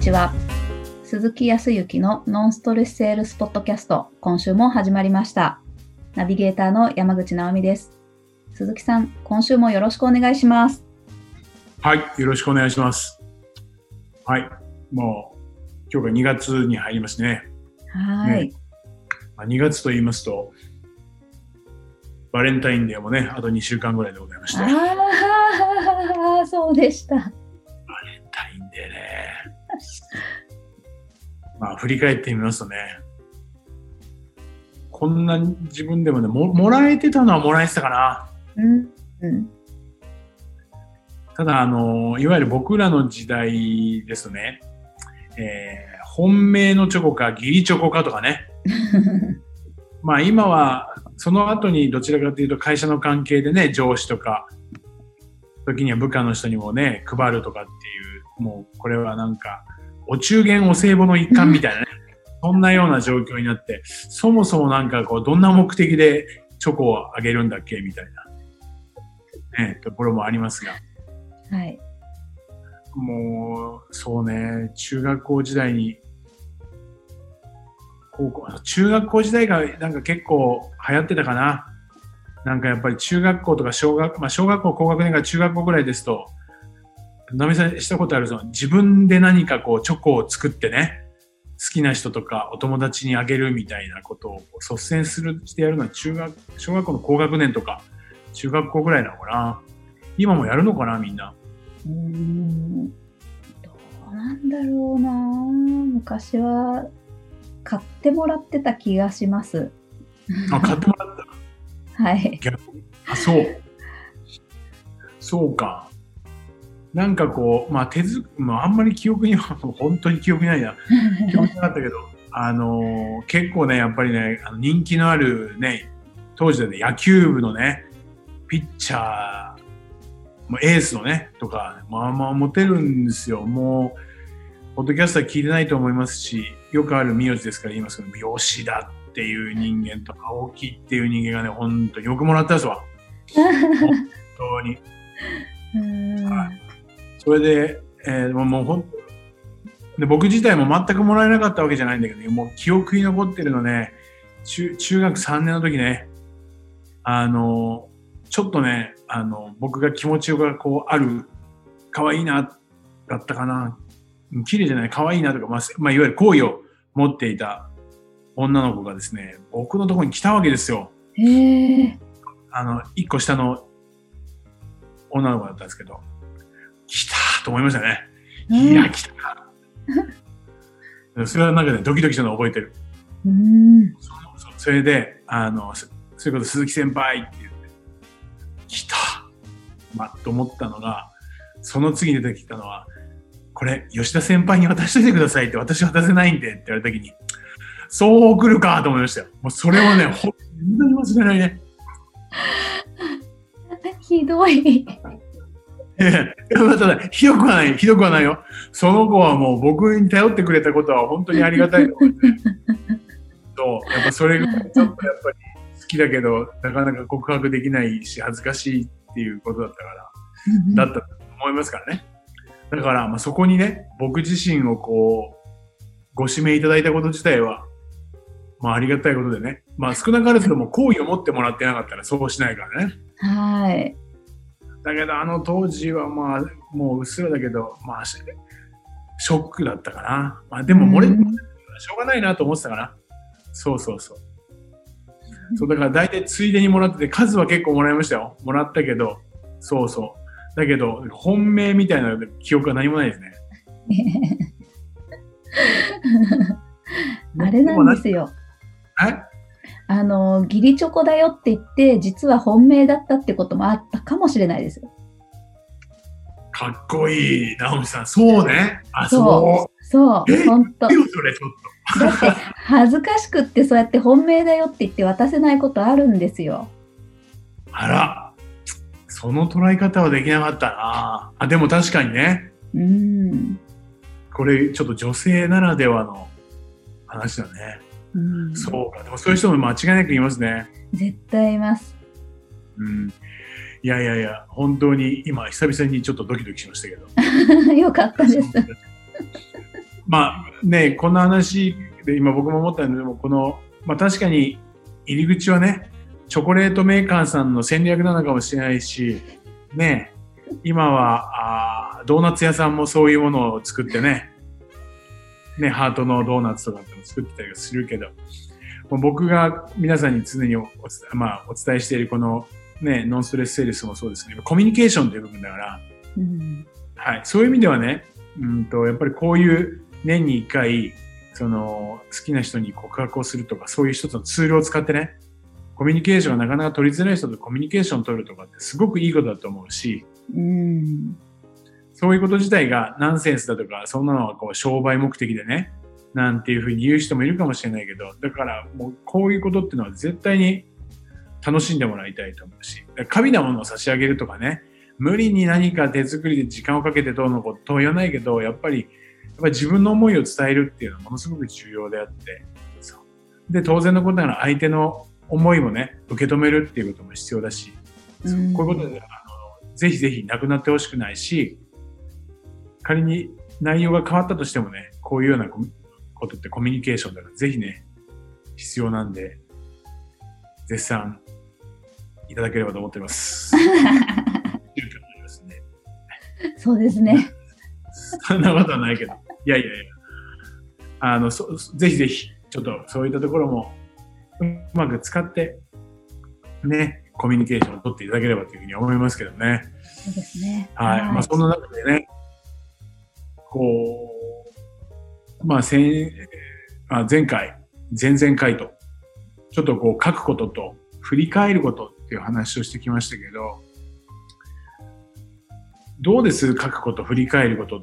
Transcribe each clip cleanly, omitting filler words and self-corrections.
ちは。鈴木康之のノンストレスセールスポッドキャスト、今週も始まりました。ナビゲーターの山口直美です。鈴木さん、今週もよろしくお願いします。 はい、よろしくお願いします。はい、もう今日が2月に入りますね。 はい。 2月と言いますと、バレンタインデーもね、あと2週間ぐらいでございまして。 そうでした。 バレンタインデーね。振り返ってみますとね、こんな自分でもね、もらえてたのはもらえてたかな。ただいわゆる僕らの時代ですね、本命のチョコか義理チョコかとかね。今はその後にどちらかというと会社の関係でね、上司とか時には部下の人にもね配るとかっていう、もうこれはなんかお中元お歳暮の一環みたいなねそんなような状況になって、そもそもなんかこうどんな目的でチョコをあげるんだっけみたいなねところもありますが、 はい、 もうそうね、中学校時代に中学校時代がなんか結構流行ってたかな。なんかやっぱり中学校とか小学校高学年から中学校ぐらいですと、なめさんしたことある、その自分で何かこうチョコを作ってね、好きな人とかお友達にあげるみたいなことを率先してやるのは小学校の高学年とか中学校ぐらいなのかな。今もやるのかな、みんな。 どうなんだろうな。昔は買ってもらってた気がします。 買ってもらった。 はい。 そうか。なんかこう、あんまり記憶には、本当に記憶にないな。記憶なかったけど、結構ね、やっぱりね、人気のあるね、当時でね、野球部のね、ピッチャー、エースのね、とか、モテるんですよ。もう、ポッドキャストは聞いてないと思いますし、よくある名字ですから言いますけど、吉田っていう人間と青木っていう人間がね、本当によくもらったんですわ。本当に。それで、で僕自体も全くもらえなかったわけじゃないんだけど、ね、もう記憶に残ってるのね、中学3年の時ね、ちょっとね、僕が気持ちがこうある、可愛いな、だったかな。綺麗じゃない、可愛いなとか、いわゆる好意を持っていた女の子がですね、僕のところに来たわけですよ。一個下の女の子だったんですけど、来たと思いましたね。いや、来た。それはなんかね、ドキドキしたのを覚えてる。それで、そういうこと鈴木先輩って言って、来たと思ったのが、その次に出てきたのは、これ、吉田先輩に渡しといてくださいって、私渡せないんでって言われた時に、そう来るかと思いましたよ。もうそれはね、本当に忘れないね。 ひどい。 ひどくはないよ。その子はもう僕に頼ってくれたことは本当にありがたいと思って。やっぱそれがちょっとやっぱり好きだけど、なかなか告白できないし、恥ずかしいっていうことだったから、だったと思いますからね。だから、そこにね、僕自身をこう、ご指名いただいたこと自体は、ありがたいことでね。少なからずとも好意を持ってもらってなかったらそうしないからね。 はい。 だけど、当時はもううっすらだけど、ショックだったかな。でも、しょうがないなと思ってたかな。そう。だから大体ついでにもらってて、数は結構もらいましたよ。もらったけど、だけど、本命みたいな記憶は何もないですね。 あれなんですよ。義理チョコだよって言って、実は本命だったってこともあったかもしれないですよ。 かっこいい、直美さん。そうね。 そう、本当。 それちょっと。 だって恥ずかしくってそうやって本命だよって言って渡せないことあるんですよ。 あら、その捉え方はできなかったな。でも確かにね。これちょっと女性ならではの話だね。そうか。でもそういう人も間違いなくいますね。 絶対います。 いや、本当に今久々にちょっとドキドキしましたけど。 よかったです。 まあね、こんな話で今僕も思ったんで、でも確かに入り口はね、チョコレートメーカーさんの戦略なのかもしれないし、ね、今はドーナツ屋さんもそういうものを作ってね、ハートのドーナツとかって作ってたりするけど、僕が皆さんに常にお伝えしているこのね、ノンストレスセールスもそうですけど、コミュニケーションという部分だから、はい、そういう意味ではね、やっぱりこういう年に1回、好きな人に告白をするとか、そういう一つのツールを使ってね、コミュニケーションがなかなか取りづらい人とコミュニケーションを取るとかってすごくいいことだと思うし、そういうこと自体がナンセンスだとか、そんなのは商売目的でね、なんていうふうに言う人もいるかもしれないけど、だからもうこういうことっていうのは絶対に楽しんでもらいたいと思うし、過敏なものを差し上げるとかね、無理に何か手作りで時間をかけてどうのことは言わないけど、やっぱり自分の思いを伝えるっていうのはものすごく重要であって、で、当然のことながら相手の思いもね、受け止めるっていうことも必要だし、こういうことで、ぜひぜひなくなってほしくないし、仮に内容が変わったとしてもね、こういうようなことってコミュニケーションだからぜひね、必要なんで、絶賛いただければと思っています。 そうですね。 そんなことはないけど。いや。ぜひぜひ、ちょっとそういったところもうまく使って、ね、コミュニケーションを取っていただければというふうに思いますけどね。 そうですね。 はい。そんな中でね、前回、前々回と、ちょっと書くことと振り返ることっていう話をしてきましたけど、どうです？書くこと、振り返ることって、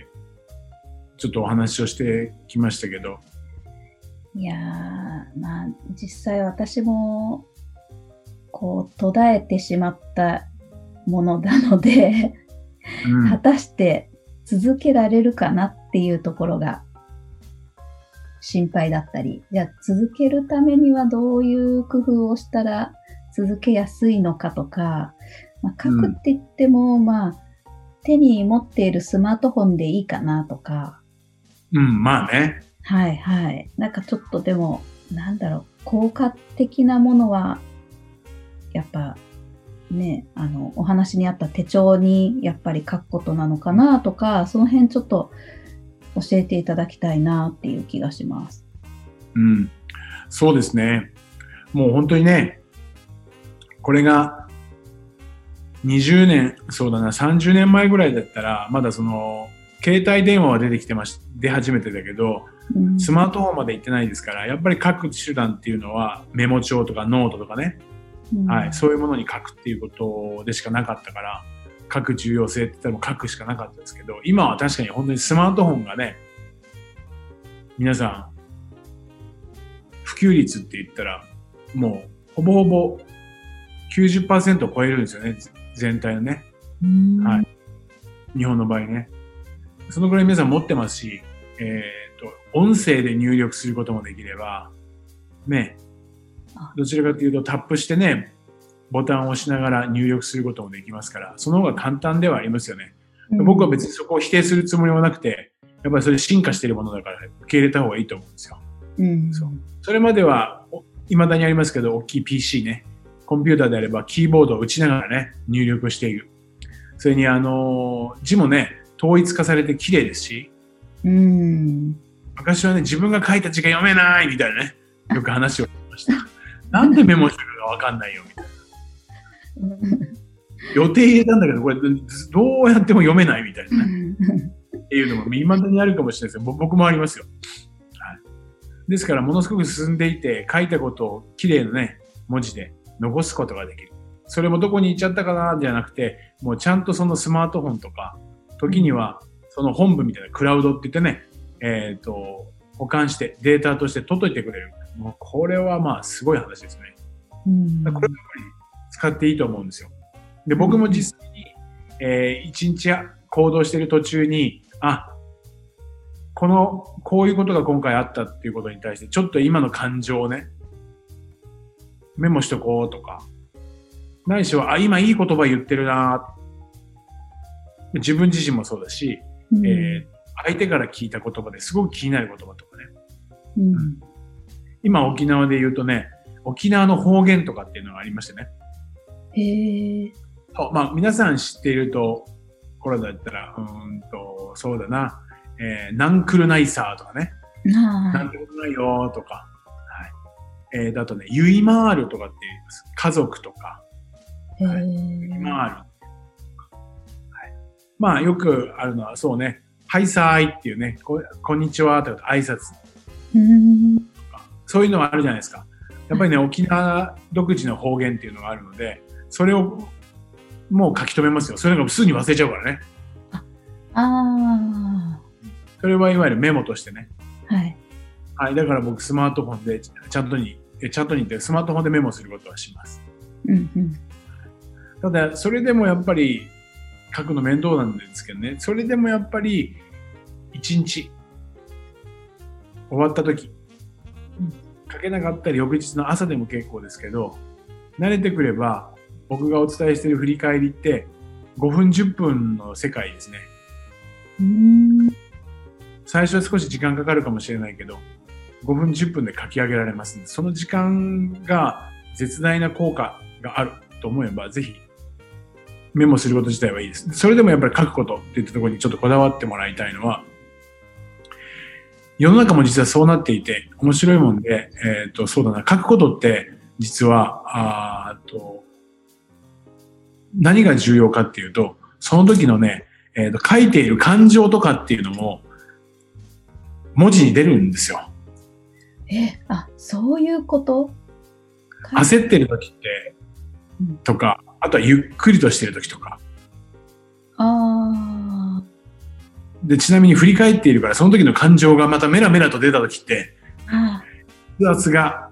ちょっとお話をしてきましたけど。 いやー、実際私も、途絶えてしまったものなので、果たして続けられるかなっていうところが心配だったり、じゃあ続けるためにはどういう工夫をしたら続けやすいのかとか、書くって言っても、手に持っているスマートフォンでいいかなとか。 まあね。 はい。なんかちょっとでも、効果的なものは、やっぱね、お話にあった手帳にやっぱり書くことなのかなとか、その辺ちょっと教えていただきたいなっていう気がします。 そうですね。もう本当にね、これが20年、そうだな、30年前ぐらいだったら、まだ携帯電話は出始めてたけど、スマートフォンまで行ってないですから、やっぱり書く手段っていうのはメモ帳とかノートとかね、そういうものに書くっていうことでしかなかったから、書く重要性って言ったらも書くしかなかったですけど、今は確かに本当にスマートフォンがね、皆さん、普及率って言ったら、もうほぼほぼ 90% を超えるんですよね、全体のね。日本の場合ね。そのぐらい皆さん持ってますし、音声で入力することもできれば、ね、どちらかというとタップしてね、ボタンを押しながら入力することもできますから、その方が簡単ではありますよね。僕は別にそこを否定するつもりはなくて、やっぱりそれ進化しているものだから受け入れた方がいいと思うんですよ。それまでは未だにありますけど、大きい PC ね、コンピューターであればキーボードを打ちながらね、入力している。それに字もね、統一化されて綺麗ですし、昔はね、自分が書いた字が読めないみたいなね、よく話をしました。なんでメモしてるかわかんないよみたいな。予定入れたんだけど、これどうやっても読めないみたいなね。っていうのも未だにあるかもしれないですよ。僕もありますよ。ですから、ものすごく進んでいて、書いたことを綺麗なね、文字で残すことができる。それもどこに行っちゃったかな、じゃなくて、もうちゃんとそのスマートフォンとか、時にはその本部みたいなクラウドって言ってね、保管してデータとして取っといてくれる。もうこれはすごい話ですね。これやっぱり使っていいと思うんですよ。で、僕も実際に、一日行動している途中に、こういうことが今回あったっていうことに対して、ちょっと今の感情をね、メモしとこうとか、ないしは、今いい言葉言ってるな、自分自身もそうだし、 相手から聞いた言葉ですごく気になる言葉とかね。 うん。 今沖縄で言うとね、沖縄の方言とかっていうのがありましてね。 へえ。 まあ皆さん知っているところだったら、そうだな、なんくるないさーとかね。 はなんてことないよーとか。はい。だとね、ゆいまーるとかって言います。家族とか。 い。へはい。ゆいまーる。はい。まあよくあるのはそうね、はいさーいっていうね、こんにちはとか挨拶。 うん。 そういうのはあるじゃないですか。やっぱりね、沖縄独自の方言っていうのがあるので、それをもう書き留めますよ。それがすぐに忘れちゃうからね。 あそれはいわゆるメモとしてね。 あ。はい。 はい。だから僕スマートフォンでちゃんとにってスマートフォンでメモすることはします。 うんうん。 ただ、それでもやっぱり書くの面倒なんですけどね。それでもやっぱり一日終わった時、書けなかったり翌日の朝でも結構ですけど、慣れてくれば僕がお伝えしている振り返りって5分10分の世界ですね。最初は少し時間かかるかもしれないけど、5分10分で書き上げられますので、その時間が絶大な効果があると思えば、ぜひメモすること自体はいいです。それでもやっぱり書くことっていったところにちょっとこだわってもらいたいのは、世の中も実はそうなっていて、面白いもんで、そうだな、書くことって実は、何が重要かっていうと、その時のね、書いている感情とかっていうのも文字に出るんですよ。 そういうこと？ 焦ってる時ってとか、あとはゆっくりとしてる時とか。で、ちなみに振り返っているから、その時の感情がまたメラメラと出た時って、筆圧が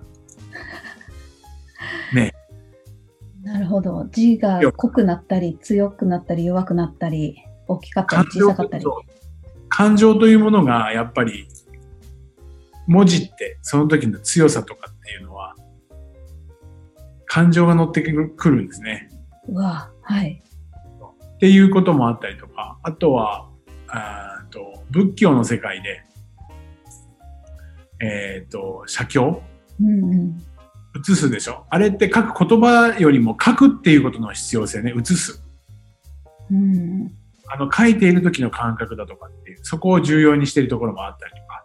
ね。 なるほど。字が濃くなったり、強くなったり、弱くなったり、大きかったり、小さかったり。 感情というものが、やっぱり、文字ってその時の強さとかっていうのは、感情が乗ってくるんですね。 うわ、はい。 っていうこともあったりとか、あとは、仏教の世界で、写経、写すでしょ。あれって書く言葉よりも書くっていうことの必要性ね、写す。書いている時の感覚だとかっていう、そこを重要にしているところもあったりとか。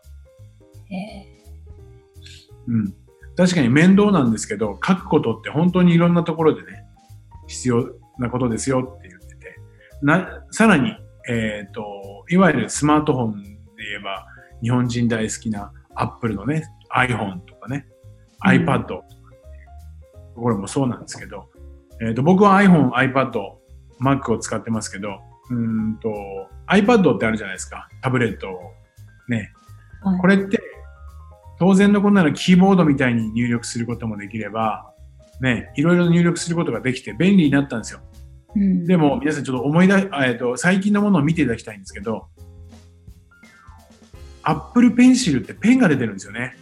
確かに面倒なんですけど、書くことって本当にいろんなところでね、必要なことですよって言ってて。さらに、いわゆるスマートフォンで言えば、日本人大好きな Apple のね、iPhone とかね、iPad とかっていうところもそうなんですけど、僕は iPhone、iPad、Mac を使ってますけど、iPad ってあるじゃないですか。タブレットをね。これって、当然のことならキーボードみたいに入力することもできれば、ね、いろいろ入力することができて便利になったんですよ。でも皆さんちょっと最近のものを見ていただきたいんですけど、Apple Pencil ってペンが出てるんですよね。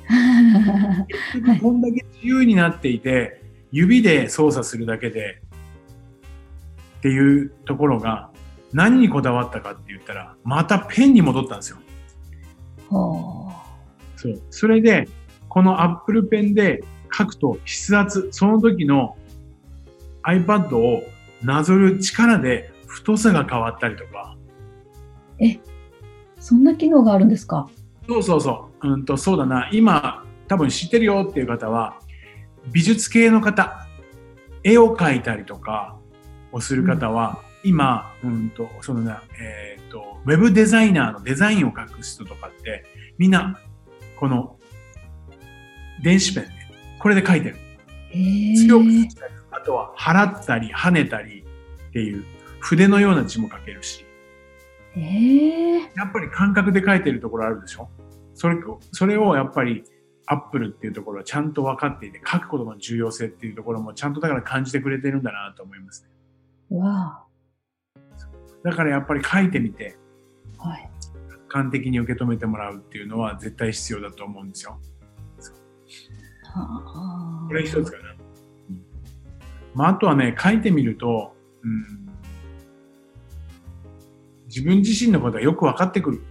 こんだけ自由になっていて、指で操作するだけでっていうところが何にこだわったかって言ったら、またペンに戻ったんですよ。それで、この Apple Pen で書くと筆圧、その時の iPad をなぞる力で太さが変わったりとか。 そんな機能があるんですか？ そうだな。今、多分知ってるよっていう方は、美術系の方、絵を描いたりとかをする方は、今、ウェブデザイナーのデザインを書く人とかって、みんな、この電子ペンね、これで書いてる。強くしたり、あとは払ったり跳ねたりっていう筆のような字も書けるし、やっぱり感覚で書いてるところあるでしょ。それをやっぱりアップルっていうところはちゃんと分かっていて、書くことの重要性っていうところもちゃんとだから感じてくれてるんだなと思いますね。だからやっぱり書いてみて、客観的に受け止めてもらうっていうのは絶対必要だと思うんですよ。これ一つかな。あとはね、書いてみると、 自分自身のことがよく分かってくる。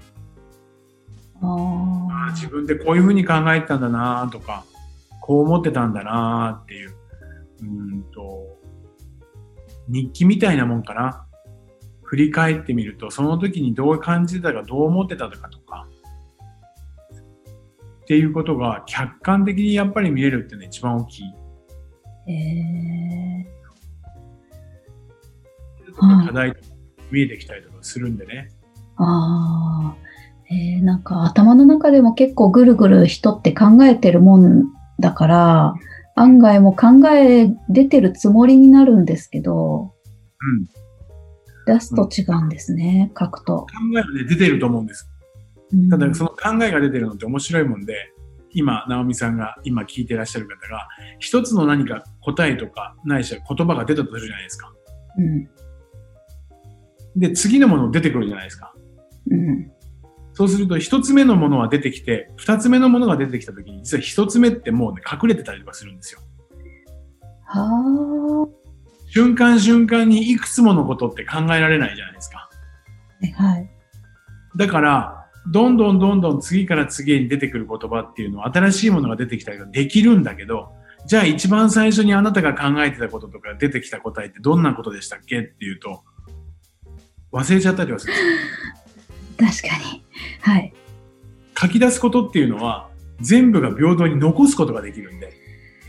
自分でこういうふうに考えてたんだなとか、こう思ってたんだなっていう、日記みたいなもんかな。振り返ってみると、その時にどう感じてたか、どう思ってたかとか、っていうことが客観的にやっぱり見れるっていうのが一番大きい。課題とか見えてきたりとかするんでね。 なんか頭の中でも結構ぐるぐる人って考えてるもんだから、案外も考え出てるつもりになるんですけど、出すと違うんですね、書くと。 考えはね、出てると思うんです。ただその考えが出てるのって面白いもんで、今、直美さんが今聞いてらっしゃる方が、一つの何か答えとか、ないしは言葉が出たとするじゃないですか。で、次のもの出てくるじゃないですか。そうすると、一つ目のものは出てきて、二つ目のものが出てきたときに、実は一つ目ってもうね、隠れてたりとかするんですよ。瞬間瞬間にいくつものことって考えられないじゃないですか。だから、どんどん次から次へに出てくる言葉っていうのは新しいものが出てきたりできるんだけど、じゃあ一番最初にあなたが考えてたこととか出てきた答えってどんなことでしたっけっていうと、忘れちゃったりはするんですよ。確かに。はい。 書き出すことっていうのは全部が平等に残すことができるんで。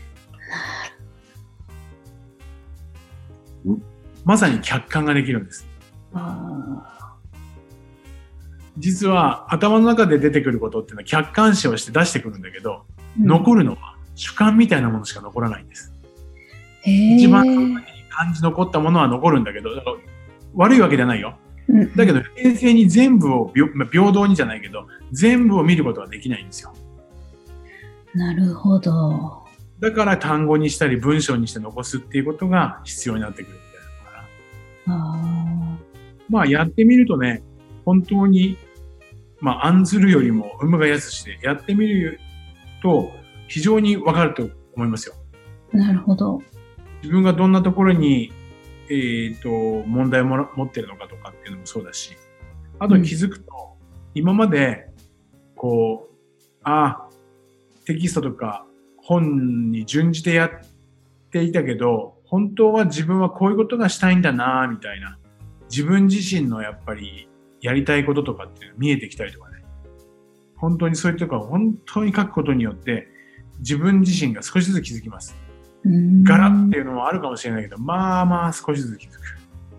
まさに客観ができるんです。実は頭の中で出てくることっていうのは客観視をして出してくるんだけど、残るのは主観みたいなものしか残らないんです。一番感じ残ったものは残るんだけど、だから悪いわけじゃないよ。だけど冷静に全部を平等にじゃないけど全部を見ることはできないんですよ。 なるほど。 だから単語にしたり文章にして残すっていうことが必要になってくるみたいなのかな。やってみるとね、本当に案ずるよりも有無がやすしてやってみると非常にわかると思いますよ。 なるほど。 自分がどんなところに問題を持ってるのかとかっていうのもそうだし、あと気づくと、今まで、テキストとか本に準じてやっていたけど、本当は自分はこういうことがしたいんだなみたいな、自分自身のやっぱりやりたいこととかっていうのが見えてきたりとかね。本当にそういうところを本当に書くことによって、自分自身が少しずつ気づきます。ガラっていうのもあるかもしれないけど、少しずつ気づく。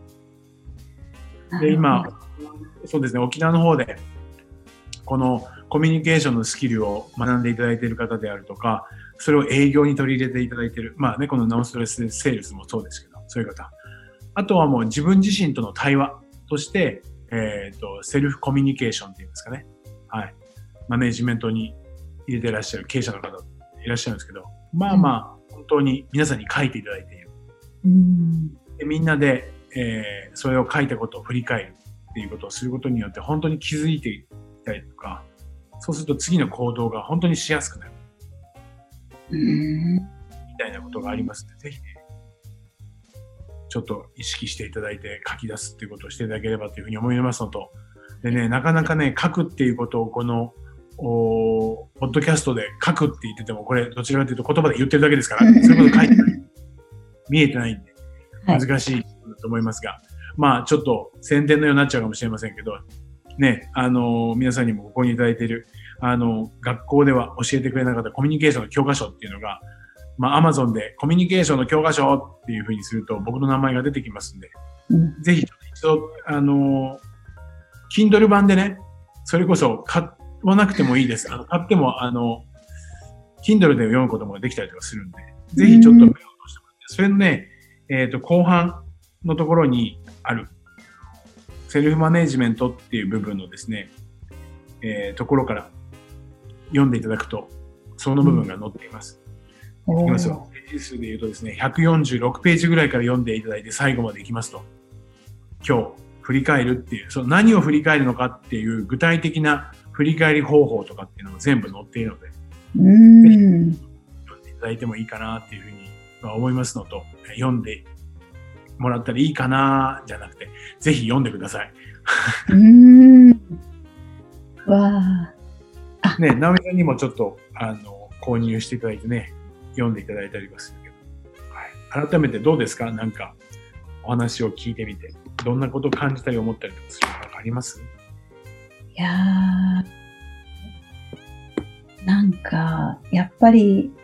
で、今、そうですね、沖縄の方で、このコミュニケーションのスキルを学んでいただいている方であるとか、それを営業に取り入れていただいている、このノンストレスセールスもそうですけど、そういう方。あとはもう自分自身との対話として、セルフコミュニケーションっていうんですかね。はい。マネジメントに入れていらっしゃる経営者の方いらっしゃるんですけど、本当に皆さんに書いていただいている。でみんなで、それを書いたことを振り返るっていうことをすることによって本当に気づいていったりとか、そうすると次の行動が本当にしやすくなる。みたいなことがありますので、ぜひね、ちょっと意識していただいて書き出すっていうことをしていただければというふうに思いますのと、でね、なかなかね、書くっていうことをこのポッドキャストで書くって言ってても、これどちらかというと言葉で言ってるだけですから、そういうこと書いてない。見えてないんで、難しいと思いますが、ちょっと宣伝のようになっちゃうかもしれませんけど、ね、皆さんにもご購入いただいている、学校では教えてくれなかったコミュニケーションの教科書っていうのが、Amazon でコミュニケーションの教科書っていうふうにすると僕の名前が出てきますんで、ぜひ一度、Kindle 版でね、それこそ買わなくてもいいです。買っても、Kindle で読むこともできたりとかするんで、ぜひちょっと目を通してもらって、それのね、後半のところにある、セルフマネジメントっていう部分のですね、ところから読んでいただくと、その部分が載っています。いきますよ。ページ数で言うとですね、146ページぐらいから読んでいただいて最後までいきますと、今日振り返るっていう、その何を振り返るのかっていう具体的な振り返り方法とかっていうのも全部載っているので、ぜひ読んでいただいてもいいかなっていうふうに思いますのと、読んでもらったらいいかなじゃなくて、ぜひ読んでください。 わあ。 ね、直美さんにもちょっと購入していただいてね、読んでいただいたりはするけど、はい、改めてどうですか？なんかお話を聞いてみて、どんなことを感じたり思ったりとかすることあります？ いやー、なんかやっぱり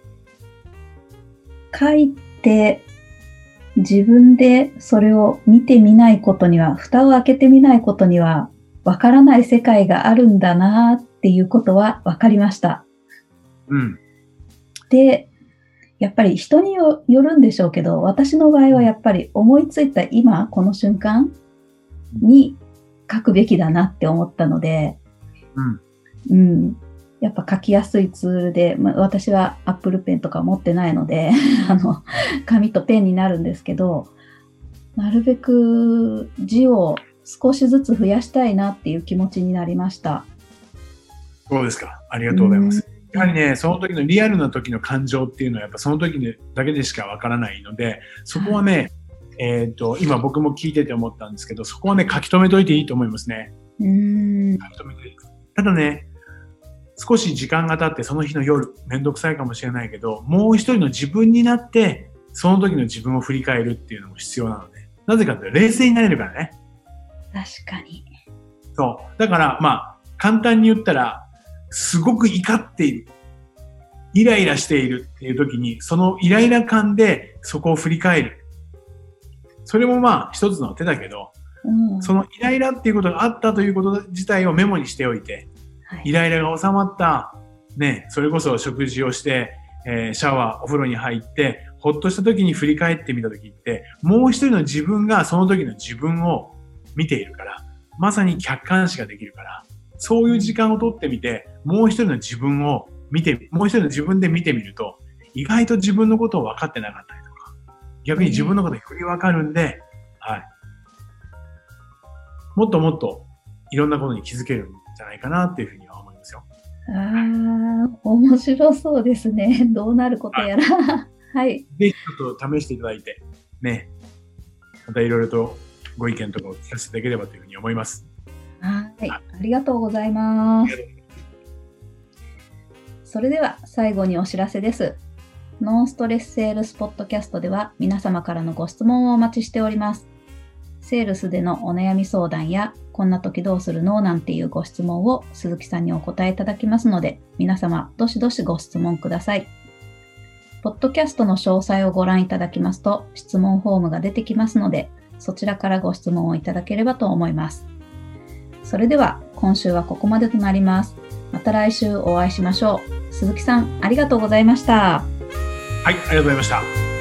書いて自分でそれを見てみないことには、蓋を開けてみないことにはわからない世界があるんだなっていうことは分かりました。 うん。 で、やっぱり人によるんでしょうけど、私の場合はやっぱり思いついた今、この瞬間に書くべきだなって思ったので、やっぱ書きやすいツールで、私は Apple Pen とか持ってないので紙とペンになるんですけど、なるべく字を少しずつ増やしたいなっていう気持ちになりました。 そうですか。ありがとうございます。やはりね、その時のリアルな時の感情っていうのはやっぱその時だけでしかわからないので、そこはね、今僕も聞いてて思ったんですけど、そこはね、書き留めといていいと思いますね。書き留めていい。ただね、少し時間が経ってその日の夜、めんどくさいかもしれないけど、もう一人の自分になって、その時の自分を振り返るっていうのも必要なので、なぜかというと冷静になれるからね。 確かに。 そう。だから、簡単に言ったら、すごく怒っている。イライラしているっていう時に、そのイライラ感でそこを振り返る。それも一つの手だけど、そのイライラっていうことがあったということ自体をメモにしておいて、イライラが収まった、ね、それこそ食事をして、シャワー、お風呂に入って、ほっとした時に振り返ってみた時って、もう一人の自分がその時の自分を見ているから、まさに客観視ができるから、そういう時間をとってみて、もう一人の自分をもう一人の自分で見てみると、意外と自分のことを分かってなかったりとか、逆に自分のことがより分かるんで、はい。もっともっといろんなことに気づけるんじゃないかなっていうふうには思いますよ。 面白そうですね。どうなることやら。はい。 ぜひちょっと試していただいて、ね、またいろいろとご意見とかを聞かせていただければというふうに思います。 はい。ありがとうございます。それでは最後にお知らせです。ノンストレスセールスポッドキャストでは皆様からのご質問をお待ちしております。セールスでのお悩み相談や、こんな時どうするのなんていうご質問を鈴木さんにお答えいただきますので、皆様どしどしご質問ください。ポッドキャストの詳細をご覧いただきますと、質問フォームが出てきますので、そちらからご質問をいただければと思います。それでは今週はここまでとなります。また来週お会いしましょう。鈴木さん、ありがとうございました。 はい、ありがとうございました。